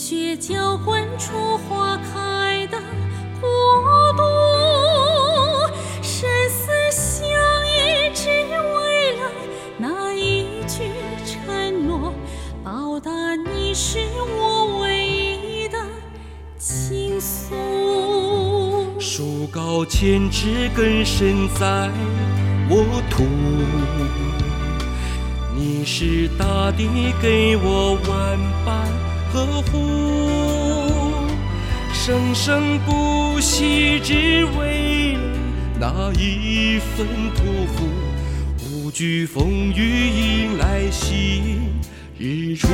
血浇灌出花开的国度，生死相依，只为了那一句承诺，报答你是我唯一的倾诉。 树高千尺，根深在我土，你是大地给我万般呵护，生生不息，只为了那一份托付，无惧风雨，迎来新日出。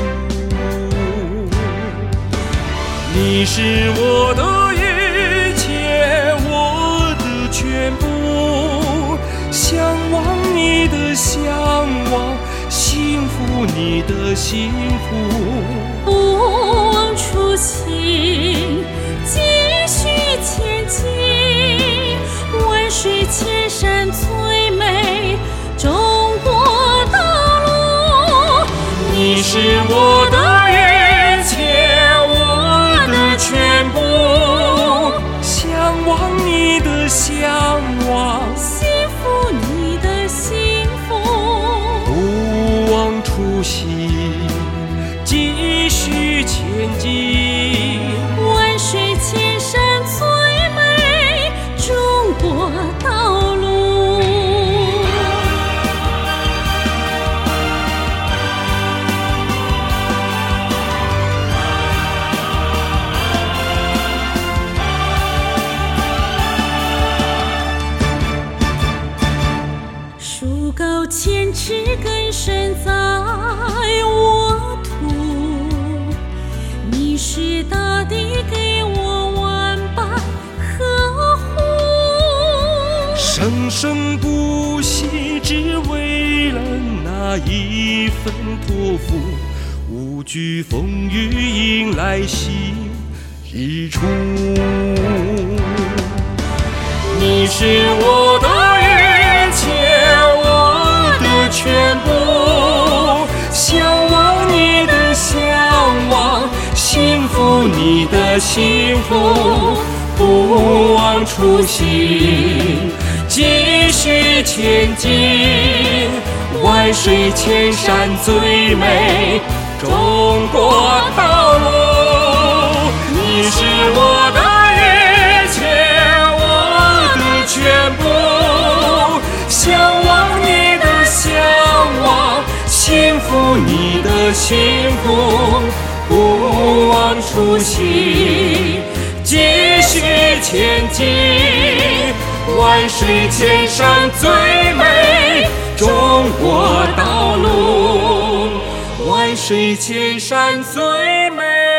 你是我的一切，我的全部，向往你的向往，幸福你的幸福， 不忘初心，继续前进，万水千山最美中国道路。 你是我的一切，我的全部，向往你的向往， 幸福你的幸福， 不忘初心，继续前进， 万水千山最美中国道路。树高千尺，根深在我土，你是大地给我万般呵护， 生生不息，只为了那一份托付，无惧风雨，迎来新日出。你是我的一切，我的全部，向往你的向往，幸福你的幸福，不忘初心，继续前进，万水千山最美中国道路。你是我的一切，我的全部，向往你的向往，幸福你的幸福，不忘初心，继续前进，万水千山最美中国道路，万水千山最美。